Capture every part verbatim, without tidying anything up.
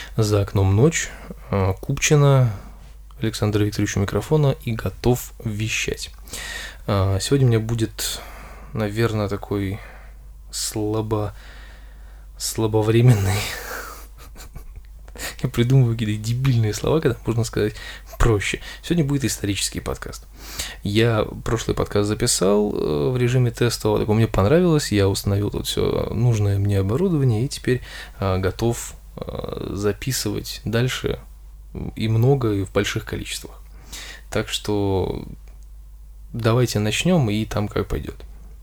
За окном ночь, Купчино, Александр Викторович у микрофона и готов вещать. Сегодня у меня будет, наверное, такой слабо... слабовременный... Я придумываю какие-то дебильные слова, когда можно сказать проще. Сегодня будет исторический подкаст. Я прошлый подкаст записал в режиме тестового, так мне понравилось, я установил тут все нужное мне оборудование и теперь готов записывать дальше и много, и в больших количествах. Так что давайте начнем, и там как пойдет.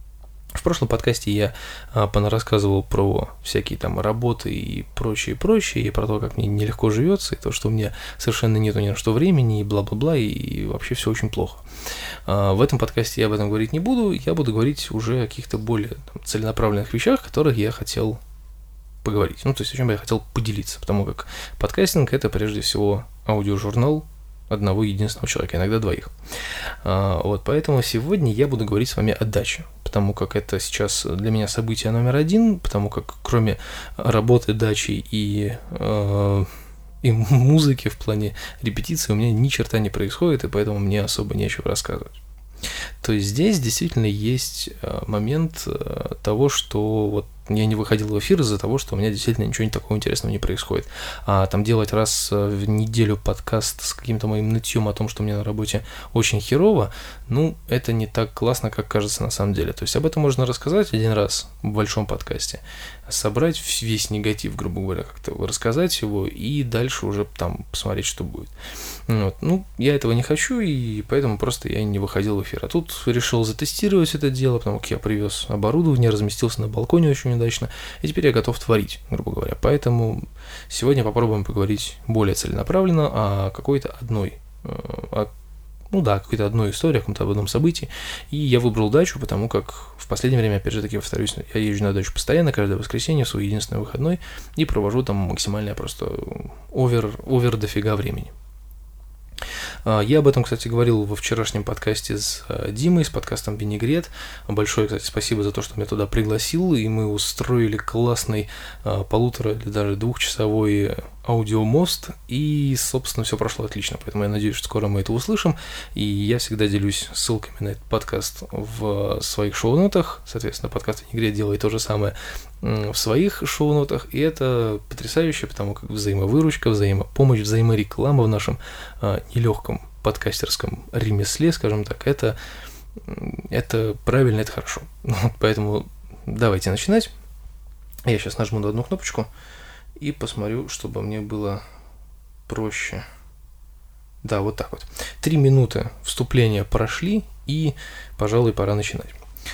В прошлом подкасте я а, понарассказывал про всякие там работы и прочее, прочее, и про то, как мне нелегко живется, и то, что у меня совершенно нету ни на что времени, и бла-бла-бла, и, и вообще все очень плохо. А, в этом подкасте я об этом говорить не буду, я буду говорить уже о каких-то более там, целенаправленных вещах, о которых я хотел поговорить, ну, то есть о чем я хотел поделиться, потому как подкастинг – это прежде всего аудиожурнал одного единственного человека, иногда двоих. А, вот, поэтому сегодня я буду говорить с вами о даче, потому как это сейчас для меня событие номер один, потому как кроме работы, дачи и, э, и музыки в плане репетиции у меня ни черта не происходит, и поэтому мне особо нечего рассказывать. То есть здесь действительно есть момент того, что вот я не выходил в эфир из-за того, что у меня действительно ничего такого интересного не происходит. А там делать раз в неделю подкаст с каким-то моим нытьем о том, что мне на работе очень херово, ну, это не так классно, как кажется на самом деле. То есть об этом можно рассказать один раз в большом подкасте, собрать весь негатив, грубо говоря, как-то рассказать его и дальше уже там посмотреть, что будет. Вот. Ну, я этого не хочу, и поэтому просто я не выходил в эфир. А тут решил затестировать это дело, потому как я привез оборудование, разместился на балконе очень удачно, и теперь я готов творить, грубо говоря. Поэтому сегодня попробуем поговорить более целенаправленно о какой-то одной, о, ну да, какой-то одной истории, о каком-то одном событии. И я выбрал дачу, потому как в последнее время, опять же таки, повторюсь, я езжу на дачу постоянно, каждое воскресенье, в свой единственный выходной, и провожу там максимальное просто овер, овер дофига времени. Я об этом, кстати, говорил во вчерашнем подкасте с Димой, с подкастом «Винегрет». Большое, кстати, спасибо за то, что меня туда пригласил, и мы устроили классный полутора или даже двухчасовой аудиомост, и, собственно, все прошло отлично, поэтому я надеюсь, что скоро мы это услышим, и я всегда делюсь ссылками на этот подкаст в своих шоу-нотах, соответственно, подкаст «Винегрет» делает то же самое в своих шоу-нотах, и это потрясающе, потому как взаимовыручка, взаимопомощь, взаимореклама в нашем а, нелегком подкастерском ремесле, скажем так, это, это правильно, это хорошо. Вот, поэтому давайте начинать. Я сейчас нажму на одну кнопочку и посмотрю, чтобы мне было проще. Да, вот так вот. Три минуты вступления прошли, и, пожалуй, пора начинать.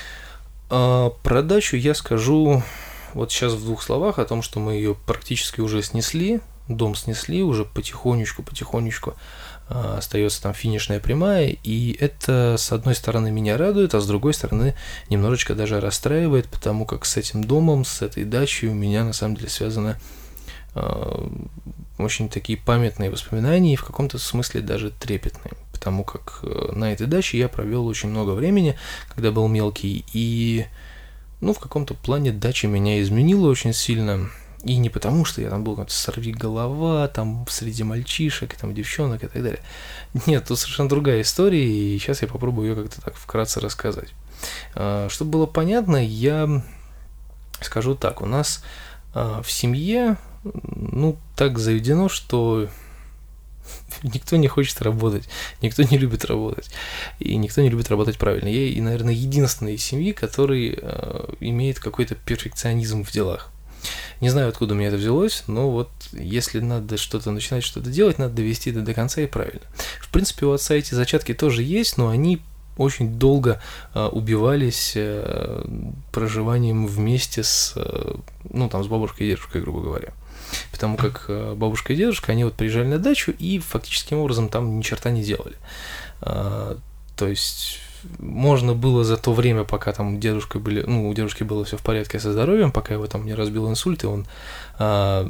А, про дачу я скажу вот сейчас в двух словах о том, что мы ее практически уже снесли, дом снесли, уже потихонечку, потихонечку а, остается там финишная прямая, и это, с одной стороны, меня радует, а с другой стороны, немножечко даже расстраивает, потому как с этим домом, с этой дачей у меня, на самом деле, связаны а, очень такие памятные воспоминания, и в каком-то смысле даже трепетные, потому как на этой даче я провел очень много времени, когда был мелкий, и ну, в каком-то плане дача меня изменила очень сильно, и не потому, что я там был как-то сорвиголова, там среди мальчишек, там девчонок и так далее. Нет, тут совершенно другая история, и сейчас я попробую ее как-то так вкратце рассказать. Чтобы было понятно, я скажу так, у нас в семье, ну, так заведено, что никто не хочет работать, никто не любит работать, и никто не любит работать правильно. Я, и, наверное, единственный из семьи, который э, имеет какой-то перфекционизм в делах. Не знаю, откуда у меня это взялось, но вот если надо что-то начинать, что-то делать, надо довести это до конца и правильно. В принципе, у отца эти зачатки тоже есть, но они очень долго э, убивались э, проживанием вместе с, э, ну, там, с бабушкой и дедушкой, грубо говоря. Потому как бабушка и дедушка, они вот приезжали на дачу и фактическим образом там ни черта не делали. А, то есть можно было за то время, пока там дедушка были, ну, у дедушки было все в порядке со здоровьем, пока его там не разбил инсульт, и он а,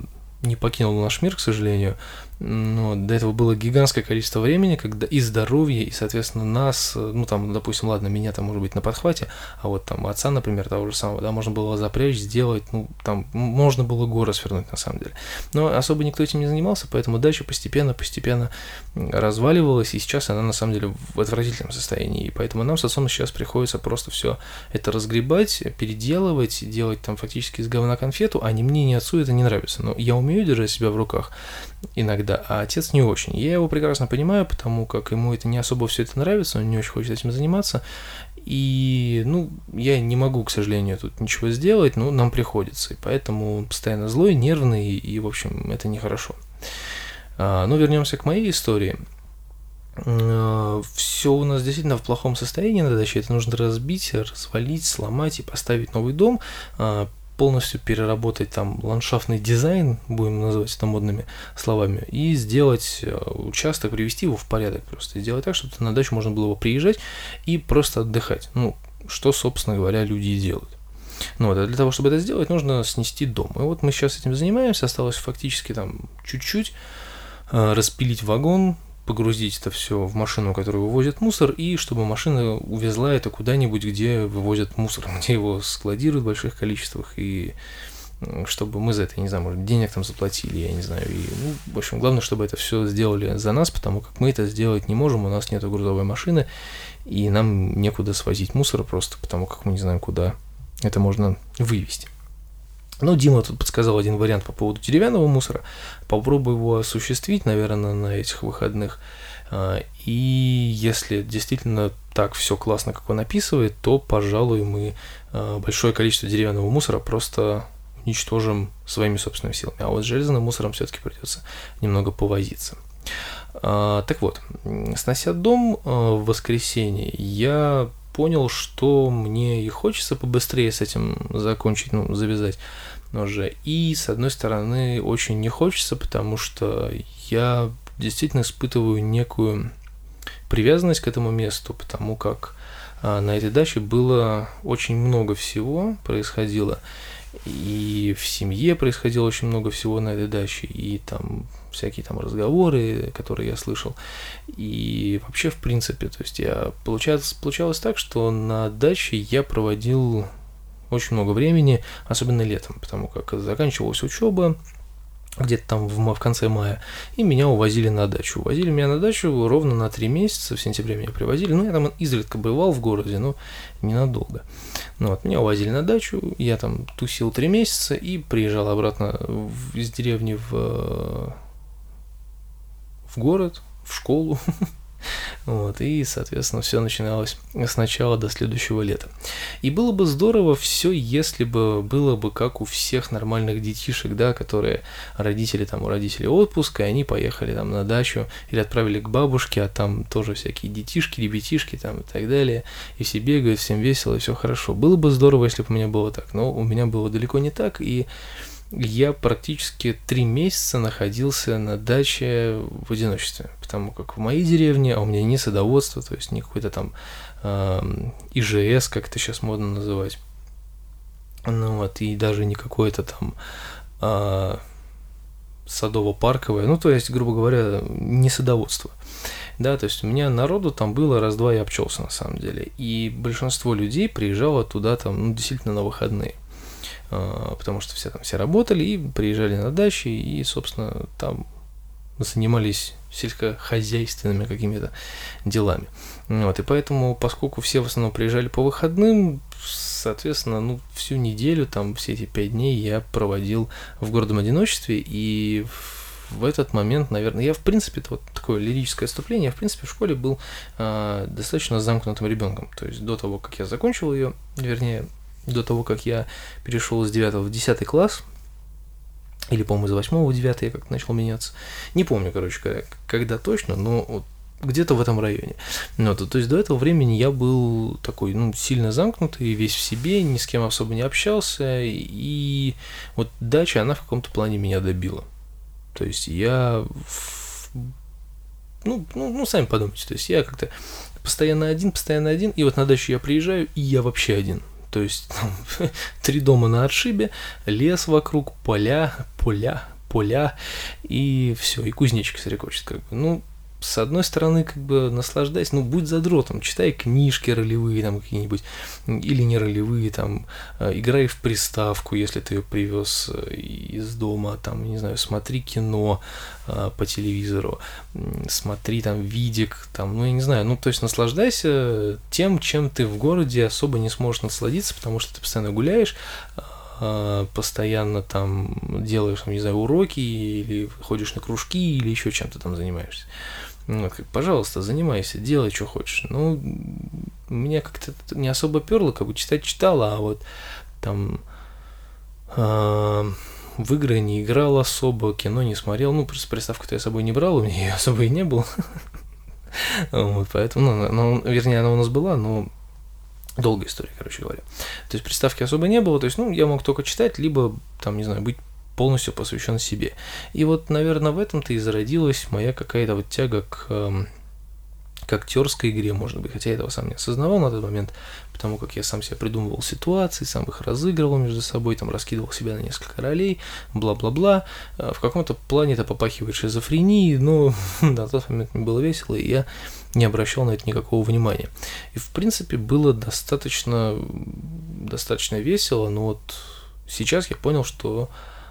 не покинул наш мир, к сожалению. Но до этого было гигантское количество времени, когда и здоровье, и, соответственно, нас, ну, там, допустим, ладно, меня там, может быть, на подхвате, а вот там отца, например, того же самого, да, можно было запрячь, сделать, ну, там, можно было горы свернуть, на самом деле. Но особо никто этим не занимался, поэтому дача постепенно-постепенно разваливалась, и сейчас она, на самом деле, в отвратительном состоянии, и поэтому нам с отцом сейчас приходится просто все это разгребать, переделывать, делать там фактически из говна конфету, а ни мне, ни отцу это не нравится. Но я умею держать себя в руках иногда, а отец не очень. Я его прекрасно понимаю, потому как ему это не особо все это нравится, он не очень хочет этим заниматься, и, ну, я не могу, к сожалению, тут ничего сделать, но нам приходится, и поэтому он постоянно злой, нервный, и, и в общем, это нехорошо. А, ну, вернемся к моей истории. Все у нас действительно в плохом состоянии на даче, это нужно разбить, развалить, сломать и поставить новый дом, полностью переработать там ландшафтный дизайн, будем называть это модными словами, и сделать участок, привести его в порядок просто, сделать так, чтобы на дачу можно было его приезжать и просто отдыхать, ну, что, собственно говоря, люди и делают. Ну вот, а для того, чтобы это сделать, нужно снести дом, и вот мы сейчас этим занимаемся, осталось фактически там чуть-чуть распилить вагон, погрузить это все в машину, которая вывозит мусор, и чтобы машина увезла это куда-нибудь, где вывозят мусор, где его складируют в больших количествах, и чтобы мы за это, не знаю, может, денег там заплатили, я не знаю, и, ну, в общем, главное, чтобы это все сделали за нас, потому как мы это сделать не можем, у нас нет грузовой машины, и нам некуда свозить мусор просто, потому как мы не знаем, куда это можно вывезти. Ну, Дима тут подсказал один вариант по поводу деревянного мусора. Попробую его осуществить, наверное, на этих выходных. И если действительно так все классно, как он описывает, то, пожалуй, мы большое количество деревянного мусора просто уничтожим своими собственными силами. А вот с железным мусором все-таки придется немного повозиться. Так вот, снося дом в воскресенье, я понял, что мне и хочется побыстрее с этим закончить, ну, завязать уже. И, с одной стороны, очень не хочется, потому что я действительно испытываю некую привязанность к этому месту, потому как а, на этой даче было очень много всего происходило. И в семье происходило очень много всего на этой даче, и там всякие там разговоры, которые я слышал, и вообще, в принципе, то есть я, получалось, получалось так, что на даче я проводил очень много времени, особенно летом, потому как заканчивалась учеба, где-то там в, в конце мая, и меня увозили на дачу. Увозили меня на дачу ровно на три месяца, в сентябре меня привозили, ну, я там изредка бывал в городе, но ненадолго. Ну, вот, меня увозили на дачу, я там тусил три месяца и приезжал обратно в, из деревни в, в город, в школу. Вот, и, соответственно, все начиналось сначала до следующего лета. И было бы здорово все, если бы было бы как у всех нормальных детишек, да, которые родители, там, у родителей отпуск, и они поехали там на дачу или отправили к бабушке, а там тоже всякие детишки, ребятишки там и так далее, и все бегают, всем весело, и все хорошо. Было бы здорово, если бы у меня было так, но у меня было далеко не так, и я практически три месяца находился на даче в одиночестве, потому как в моей деревне, а у меня не садоводство, то есть не какой-то там э, ИЖС, как это сейчас модно называть, ну вот, и даже не какое-то там э, садово-парковое, ну то есть, грубо говоря, не садоводство. Да, то есть у меня народу там было раз-два и обчелся на самом деле, и большинство людей приезжало туда там, ну, действительно на выходные. Потому что все там все работали и приезжали на дачи и, собственно, там занимались сельскохозяйственными какими-то делами. Вот, и поэтому, поскольку все в основном приезжали по выходным, соответственно, ну, всю неделю, там, все эти пять дней я проводил в гордом одиночестве, и в этот момент, наверное, я, в принципе, это вот такое лирическое отступление, я, в принципе, в школе был э, достаточно замкнутым ребенком, то есть до того, как я закончил ее, вернее, до того, как я перешел с девятого в десятый класс, или, по-моему, из восьмого в девятый я как-то начал меняться. Не помню, короче, когда, когда точно, но вот где-то в этом районе. Ну, то, то есть до этого времени я был такой, ну, сильно замкнутый, весь в себе, ни с кем особо не общался, и вот дача, она в каком-то плане меня добила. То есть я, ну, ну, ну сами подумайте, то есть я как-то постоянно один, постоянно один, и вот на дачу я приезжаю, и я вообще один. То есть там, три дома на отшибе, лес вокруг, поля, поля, поля, и все, и кузнечик стрекочет, как бы. Ну, с одной стороны, как бы наслаждайся, ну, будь задротом, читай книжки ролевые там какие-нибудь, или не ролевые, там, играй в приставку, если ты ее привез из дома, там, не знаю, смотри кино по телевизору, смотри там видик, там, ну, я не знаю, ну, то есть наслаждайся тем, чем ты в городе особо не сможешь насладиться, потому что ты постоянно гуляешь, постоянно там делаешь, там, не знаю, уроки, или ходишь на кружки, или еще чем-то там занимаешься. Ну, как, пожалуйста, занимайся, делай, что хочешь. Ну, меня как-то не особо перло, как бы читать читала, а вот там э, в игры не играл особо, кино не смотрел. Ну, просто приставку-то я с собой не брал, у меня ее особо и не было. Вот, поэтому, ну, вернее, она у нас была, но долгая история, короче говоря. То есть приставки особо не было, то есть, ну, я мог только читать, либо, там, не знаю, быть полностью посвящен себе. И вот, наверное, в этом-то и зародилась моя какая-то вот тяга к, к актерской игре, может быть, хотя я этого сам не осознавал на тот момент, потому как я сам себе придумывал ситуации, сам их разыгрывал между собой, там, раскидывал себя на несколько ролей, бла-бла-бла. В каком-то плане это попахивает шизофренией, но на тот момент мне было весело, и я не обращал на это никакого внимания. И, в принципе, было достаточно, достаточно весело, но вот сейчас я понял, что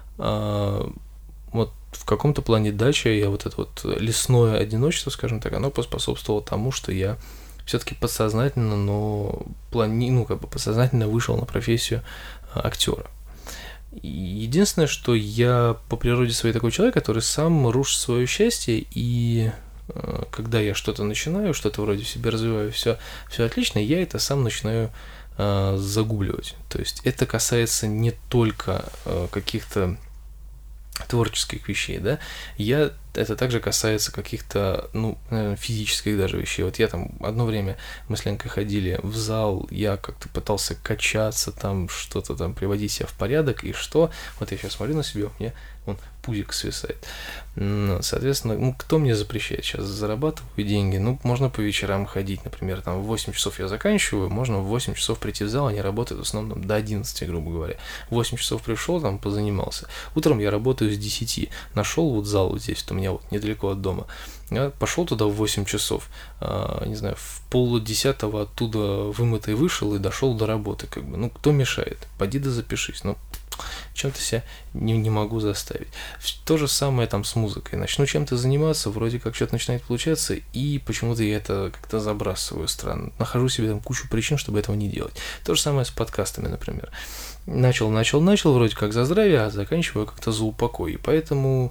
а, вот в каком-то плане дача, я вот это вот лесное одиночество, скажем так, оно поспособствовало тому, что я все-таки подсознательно, но плани... ну, как бы подсознательно вышел на профессию актера. Единственное, что я по природе своей такой человек, который сам рушит свое счастье, и когда я что-то начинаю, что-то вроде себя развиваю, все, все отлично, я это сам начинаю а, загубливать. То есть это касается не только а, каких-то творческих вещей, да, я, это также касается каких-то, ну, наверное, физических даже вещей. Вот я там одно время, мы с Ленкой ходили в зал, я как-то пытался качаться, там, что-то там, приводить себя в порядок, и что, вот я сейчас смотрю на себя, у меня вон пузик свисает. Ну, соответственно, ну, кто мне запрещает? Сейчас зарабатываю деньги, ну, можно по вечерам ходить, например, там, в восемь часов я заканчиваю, можно в восемь часов прийти в зал, они работают в основном там, до одиннадцати, грубо говоря. В восемь часов пришел, там, позанимался. Утром я работаю с десяти, нашел вот зал вот здесь, вот у меня вот недалеко от дома. Я пошел туда в восемь часов, а, не знаю, в полдесятого оттуда вымытый вышел и дошел до работы, как бы, ну, кто мешает? Поди да запишись, ну, чем-то себя не, не могу заставить. То же самое там с музыкой. Начну чем-то заниматься, вроде как что-то начинает получаться, и почему-то я это как-то забрасываю странно. Нахожу себе там кучу причин, чтобы этого не делать. То же самое с подкастами, например. Начал, начал, начал, вроде как за здравие, а заканчиваю как-то за упокой. И поэтому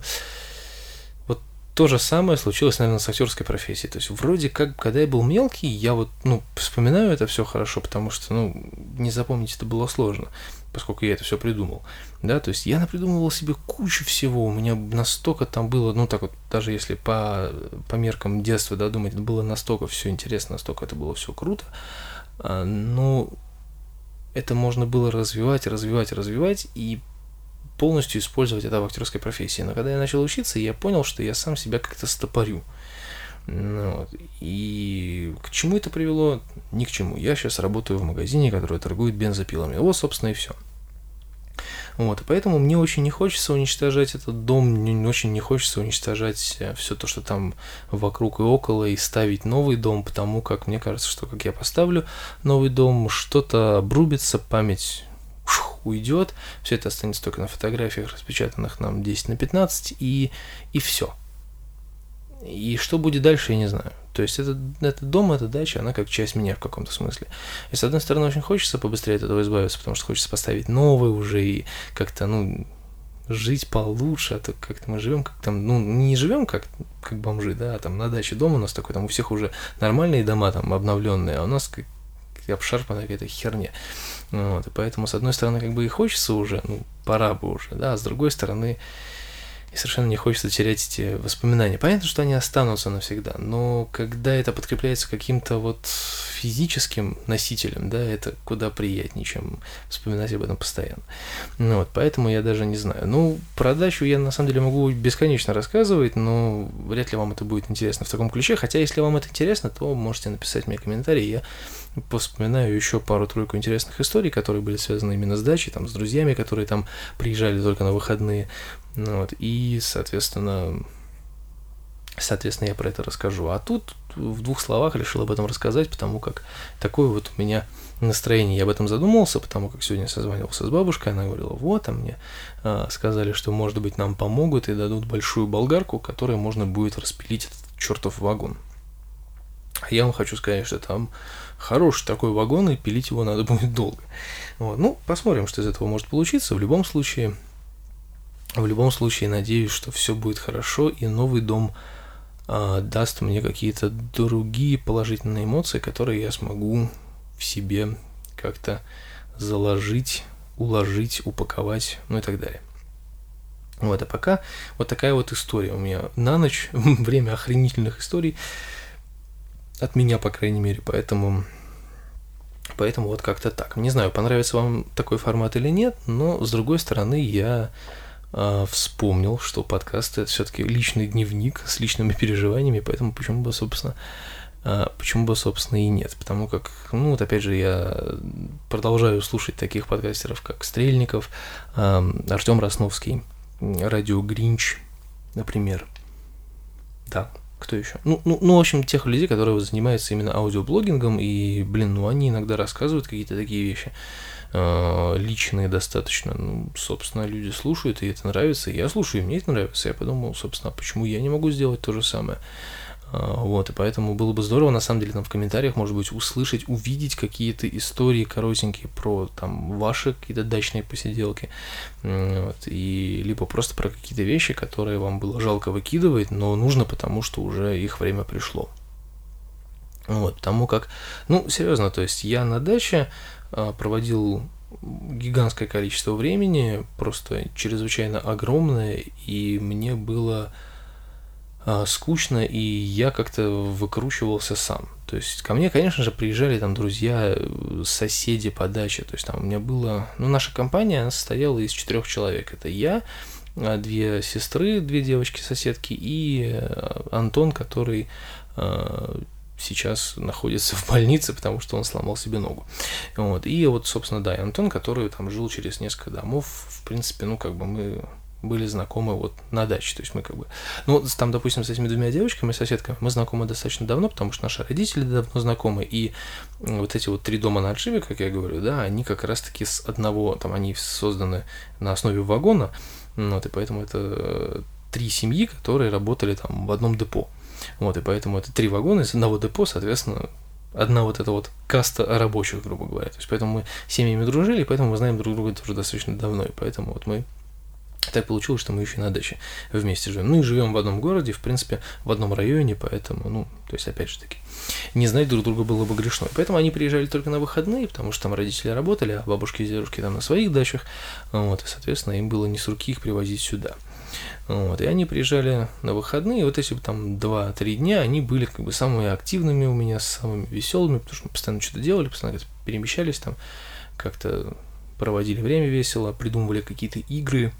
вот то же самое случилось, наверное, с актерской профессией. То есть вроде как, когда я был мелкий, я вот, ну, вспоминаю это все хорошо, потому что, ну, не запомнить это было сложно, поскольку я это все придумал, да, то есть я напридумывал себе кучу всего, у меня настолько там было, ну, так вот, даже если по, по меркам детства, да, думать, это было настолько все интересно, настолько это было все круто, а, но это можно было развивать, развивать, развивать и полностью использовать это в актерской профессии, но когда я начал учиться, я понял, что я сам себя как-то стопорю. Ну, вот. И к чему это привело? Ни к чему. Я сейчас работаю в магазине, который торгует бензопилами. Вот, собственно, и все. Вот, и поэтому мне очень не хочется уничтожать этот дом, мне очень не хочется уничтожать все то, что там вокруг и около, и ставить новый дом, потому как мне кажется, что как я поставлю новый дом, что-то обрубится, память уйдет, все это останется только на фотографиях, распечатанных нам десять на пятнадцать, и, и все. И что будет дальше, я не знаю. То есть это, это дом, эта дача, она как часть меня в каком-то смысле. И с одной стороны, очень хочется побыстрее от этого избавиться, потому что хочется поставить новый уже и как-то, ну, жить получше, а то как-то мы живем как там, ну, не живем как, как бомжи, да, а там на даче дом у нас такой, там у всех уже нормальные дома там обновленные, а у нас как обшарпанная какая-то херня. Вот, и поэтому, с одной стороны, как бы и хочется уже, ну, пора бы уже, да, а с другой стороны, и совершенно не хочется терять эти воспоминания. Понятно, что они останутся навсегда, но когда это подкрепляется каким-то вот физическим носителем, да, это куда приятнее, чем вспоминать об этом постоянно. Ну вот, поэтому я даже не знаю. Ну, про дачу я на самом деле могу бесконечно рассказывать, но вряд ли вам это будет интересно в таком ключе, хотя если вам это интересно, то можете написать мне комментарий, я Вспоминаю еще пару-тройку интересных историй, которые были связаны именно с дачей, там, с друзьями, которые там приезжали только на выходные. Ну, вот, и, соответственно, соответственно, я про это расскажу. А тут в двух словах решил об этом рассказать, потому как такое вот у меня настроение. Я об этом задумался, потому как сегодня созванивался с бабушкой, она говорила, вот, а мне а, сказали, что, может быть, нам помогут и дадут большую болгарку, которой можно будет распилить этот чертов вагон. А я вам хочу сказать, что там хороший такой вагон, и пилить его надо будет долго. Вот. Ну, посмотрим, что из этого может получиться. В любом случае, в любом случае, надеюсь, что все будет хорошо, и новый дом а, даст мне какие-то другие положительные эмоции, которые я смогу в себе как-то заложить, уложить, упаковать, ну и так далее. Вот, а пока вот такая вот история у меня на ночь, время охренительных историй, от меня, по крайней мере, поэтому, поэтому вот как-то так. Не знаю, понравится вам такой формат или нет, но, с другой стороны, я э, вспомнил, что подкасты – это все-таки личный дневник с личными переживаниями, поэтому почему бы, собственно, э, почему бы, собственно, и нет. Потому как, ну, вот опять же, я продолжаю слушать таких подкастеров, как Стрельников, э, Артем Росновский, Радио Гринч, например. Да. Кто еще? Ну, ну, ну, в общем, тех людей, которые вот занимаются именно аудиоблогингом, и, блин, ну, они иногда рассказывают какие-то такие вещи, э, личные достаточно, ну, собственно, люди слушают, и это нравится, и я слушаю, и мне это нравится, я подумал, собственно, почему я не могу сделать то же самое, э, вот, и поэтому было бы здорово, на самом деле, там в комментариях, может быть, услышать, увидеть какие-то истории коротенькие про, там, ваши какие-то дачные посиделки, вот, и либо просто про какие-то вещи, которые вам было жалко выкидывать, но нужно, потому что уже их время пришло. Вот, потому как, ну, серьезно, то есть я на даче а, проводил гигантское количество времени, просто чрезвычайно огромное, и мне было а, скучно, и я как-то выкручивался сам. То есть ко мне, конечно же, приезжали там друзья, соседи по даче. То есть там у меня было... Ну, наша компания, она состояла из четырех человек. Это я, две сестры, две девочки-соседки и Антон, который э, сейчас находится в больнице, потому что он сломал себе ногу. Вот. И вот, собственно, да, и Антон, который там жил через несколько домов. В принципе, ну, как бы мы... были знакомы вот на даче, то есть мы как бы, ну, там, допустим, с этими двумя девочками, соседками, мы знакомы достаточно давно, потому что наши родители давно знакомы, и вот эти вот три дома на отшибе, как я говорю, да, они как раз-таки с одного, там, они созданы на основе вагона, вот, и поэтому это три семьи, которые работали там в одном депо, вот, и поэтому это три вагона из одного депо, соответственно, одна вот эта вот каста рабочих, грубо говоря, то есть поэтому мы семьями дружили, и поэтому мы знаем друг друга тоже достаточно давно, и поэтому вот мы так получилось, что мы еще и на даче вместе живем. Ну и живем в одном городе, в принципе, в одном районе, поэтому, ну, то есть, опять же таки, не знать друг друга было бы грешно. Поэтому они приезжали только на выходные, потому что там родители работали, а бабушки и дедушки там на своих дачах, вот, и, соответственно, им было не с руки их привозить сюда. Вот, и они приезжали на выходные, и вот эти там два-три дня, они были как бы самыми активными у меня, самыми веселыми, потому что мы постоянно что-то делали, постоянно перемещались там, как-то проводили время весело, придумывали какие-то игры.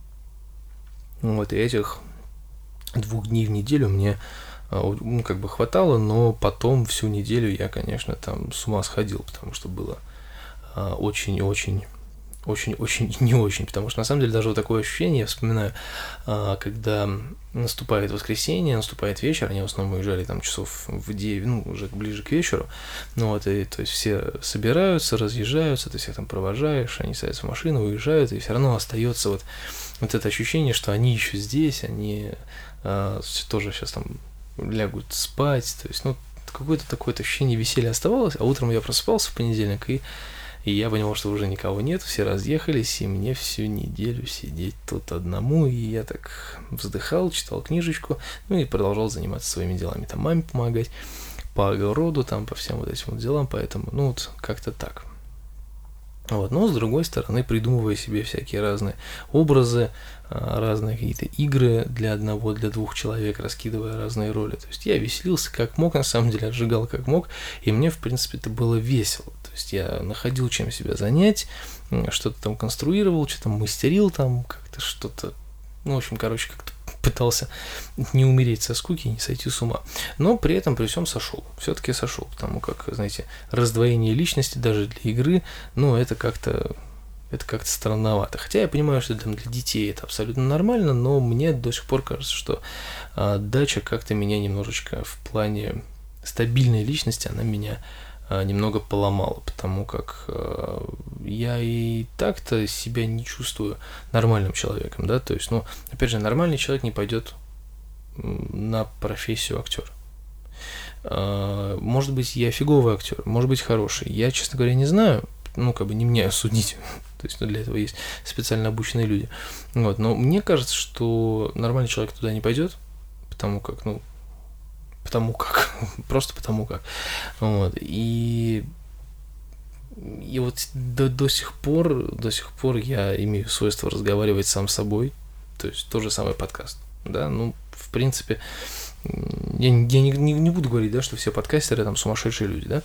Вот, и этих двух дней в неделю мне, ну, как бы хватало, но потом всю неделю я, конечно, там с ума сходил, потому что было очень-очень, очень-очень не очень, потому что, на самом деле, даже вот такое ощущение, я вспоминаю, когда наступает воскресенье, наступает вечер, они в основном уезжали там часов в девять, ну, уже ближе к вечеру, ну, вот, и, то есть, все собираются, разъезжаются, ты всех там провожаешь, они садятся в машину, уезжают, и все равно остается вот Вот это ощущение, что они еще здесь, они э, тоже сейчас там лягут спать, то есть, ну, какое-то такое ощущение веселья оставалось, а утром я просыпался в понедельник, и, и я понимал, что уже никого нет, все разъехались, и мне всю неделю сидеть тут одному, и я так вздыхал, читал книжечку, ну, и продолжал заниматься своими делами, там, маме помогать, по огороду, там, по всем вот этим вот делам, поэтому, ну, вот, как-то так. Вот. Но, с другой стороны, придумывая себе всякие разные образы, разные какие-то игры для одного, для двух человек, раскидывая разные роли. То есть я веселился как мог, на самом деле, отжигал как мог, и мне, в принципе, это было весело. То есть я находил, чем себя занять, что-то там конструировал, что-то мастерил там, как-то что-то, ну, в общем, короче, как-то пытался не умереть со скуки, не сойти с ума. Но при этом, при всем сошел. Все-таки сошел, потому как, знаете, раздвоение личности даже для игры, ну, это как-то... Это как-то странновато. Хотя я понимаю, что для, для детей это абсолютно нормально, но мне до сих пор кажется, что а, дача как-то меня немножечко в плане стабильной личности, она меня а, немного поломала, потому как а, я и так-то себя не чувствую нормальным человеком, да, то есть, ну, опять же, нормальный человек не пойдет на профессию актера. А, может быть, я фиговый актер, может быть, хороший. Я, честно говоря, не знаю. Ну, как бы не мне судить. То есть, ну, для этого есть специально обученные люди. Вот. Но мне кажется, что нормальный человек туда не пойдет, потому как, ну, потому как, просто потому как. Вот. И, и вот до, до сих пор, до сих пор я имею свойство разговаривать сам с собой. То есть, тот же самый подкаст. Да, ну, в принципе, я, я не, не, не буду говорить, да, что все подкастеры там сумасшедшие люди, да,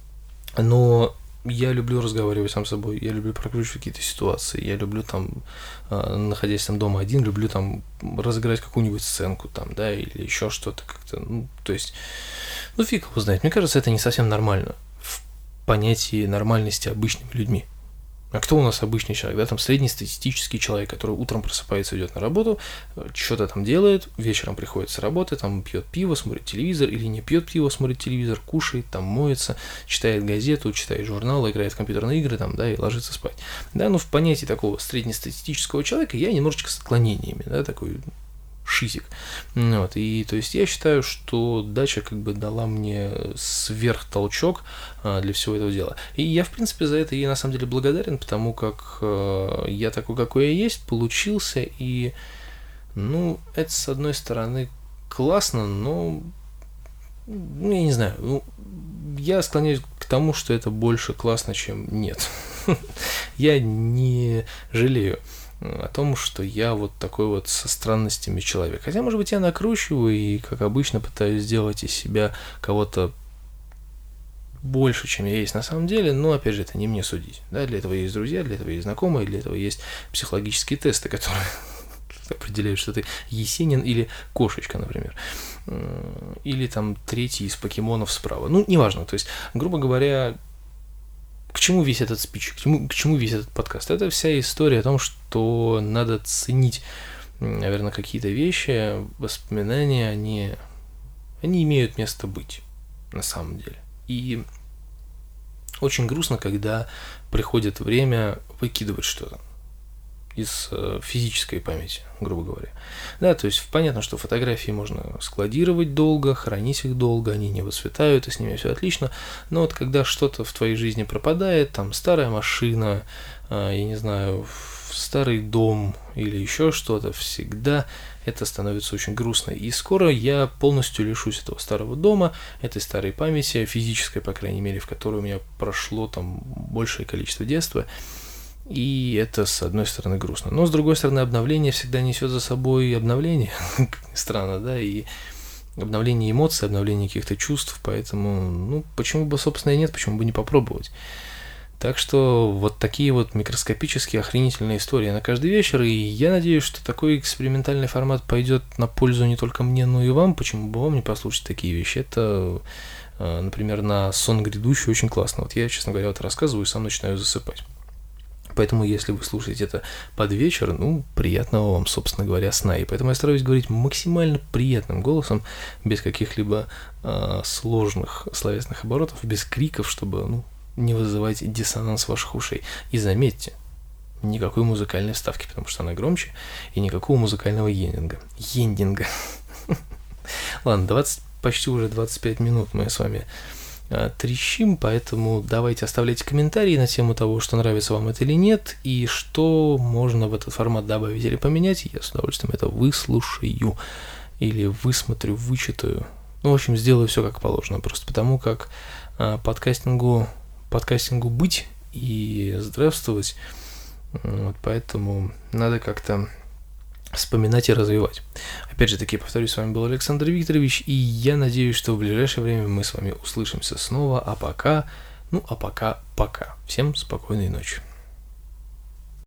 но я люблю разговаривать сам с собой, я люблю прокручивать какие-то ситуации, я люблю там, э, находясь там дома один, люблю там разыграть какую-нибудь сценку там, да, или еще что-то как-то, ну, то есть, ну, фиг его знает, мне кажется, это не совсем нормально в понятии нормальности обычными людьми. А кто у нас обычный человек, да, там среднестатистический человек, который утром просыпается, идет на работу, что-то там делает, вечером приходит с работы, там пьет пиво, смотрит телевизор, или не пьет пиво, смотрит телевизор, кушает, там моется, читает газету, читает журналы, играет в компьютерные игры, там, да, и ложится спать. Да, ну в понятии такого среднестатистического человека я немножечко с отклонениями, да, такой шизик. Вот, и то есть я считаю, что дача как бы дала мне сверхтолчок а, для всего этого дела. И я, в принципе, за это ей на самом деле благодарен, потому как а, я такой, какой я есть, получился, и, ну, это, с одной стороны, классно, но, ну, я не знаю, ну, я склоняюсь к тому, что это больше классно, чем нет. Я не жалею о том, что я вот такой вот со странностями человек. Хотя, может быть, я накручиваю и, как обычно, пытаюсь сделать из себя кого-то больше, чем я есть на самом деле, но, опять же, это не мне судить. Да? Для этого есть друзья, для этого есть знакомые, для этого есть психологические тесты, которые определяют, что ты Есенин или кошечка, например. Или там третий из покемонов справа. Ну, неважно. То есть, грубо говоря, к чему весь этот спич, к чему, к чему весь этот подкаст? Это вся история о том, что надо ценить, наверное, какие-то вещи, воспоминания, они, они имеют место быть, на самом деле. И очень грустно, когда приходит время выкидывать что-то из физической памяти, грубо говоря. Да, то есть понятно, что фотографии можно складировать долго, хранить их долго, они не выцветают, и с ними все отлично, но вот когда что-то в твоей жизни пропадает, там старая машина, я не знаю, старый дом или еще что-то, всегда это становится очень грустно. И скоро я полностью лишусь этого старого дома, этой старой памяти, физической, по крайней мере, в которой у меня прошло там большее количество детства. И это, с одной стороны, грустно. Но, с другой стороны, обновление всегда несет за собой обновление. Странно, да, и обновление эмоций, обновление каких-то чувств. Поэтому, ну, почему бы, собственно, и нет, почему бы не попробовать. Так что вот такие вот микроскопические охренительные истории на каждый вечер. И я надеюсь, что такой экспериментальный формат пойдет на пользу не только мне, но и вам. Почему бы вам не послушать такие вещи? Это, например, на сон грядущий очень классно. Вот я, честно говоря, вот рассказываю и сам начинаю засыпать. Поэтому, если вы слушаете это под вечер, ну, приятного вам, собственно говоря, сна. И поэтому я стараюсь говорить максимально приятным голосом, без каких-либо э, сложных словесных оборотов, без криков, чтобы, ну, не вызывать диссонанс ваших ушей. И заметьте, никакой музыкальной вставки, потому что она громче, и никакого музыкального ендинга. Ендинга. Ладно, двадцать, почти уже двадцать пять минут мы с вами трещим, поэтому давайте оставляйте комментарии на тему того, что нравится вам это или нет, и что можно в этот формат добавить или поменять. Я с удовольствием это выслушаю или высмотрю, вычитаю. Ну, в общем, сделаю все как положено, просто потому как а, подкастингу, подкастингу быть и здравствовать, вот, поэтому надо как-то вспоминать и развивать. Опять же таки, повторюсь, с вами был Александр Викторович, и я надеюсь, что в ближайшее время мы с вами услышимся снова, а пока, ну а пока, пока. Всем спокойной ночи.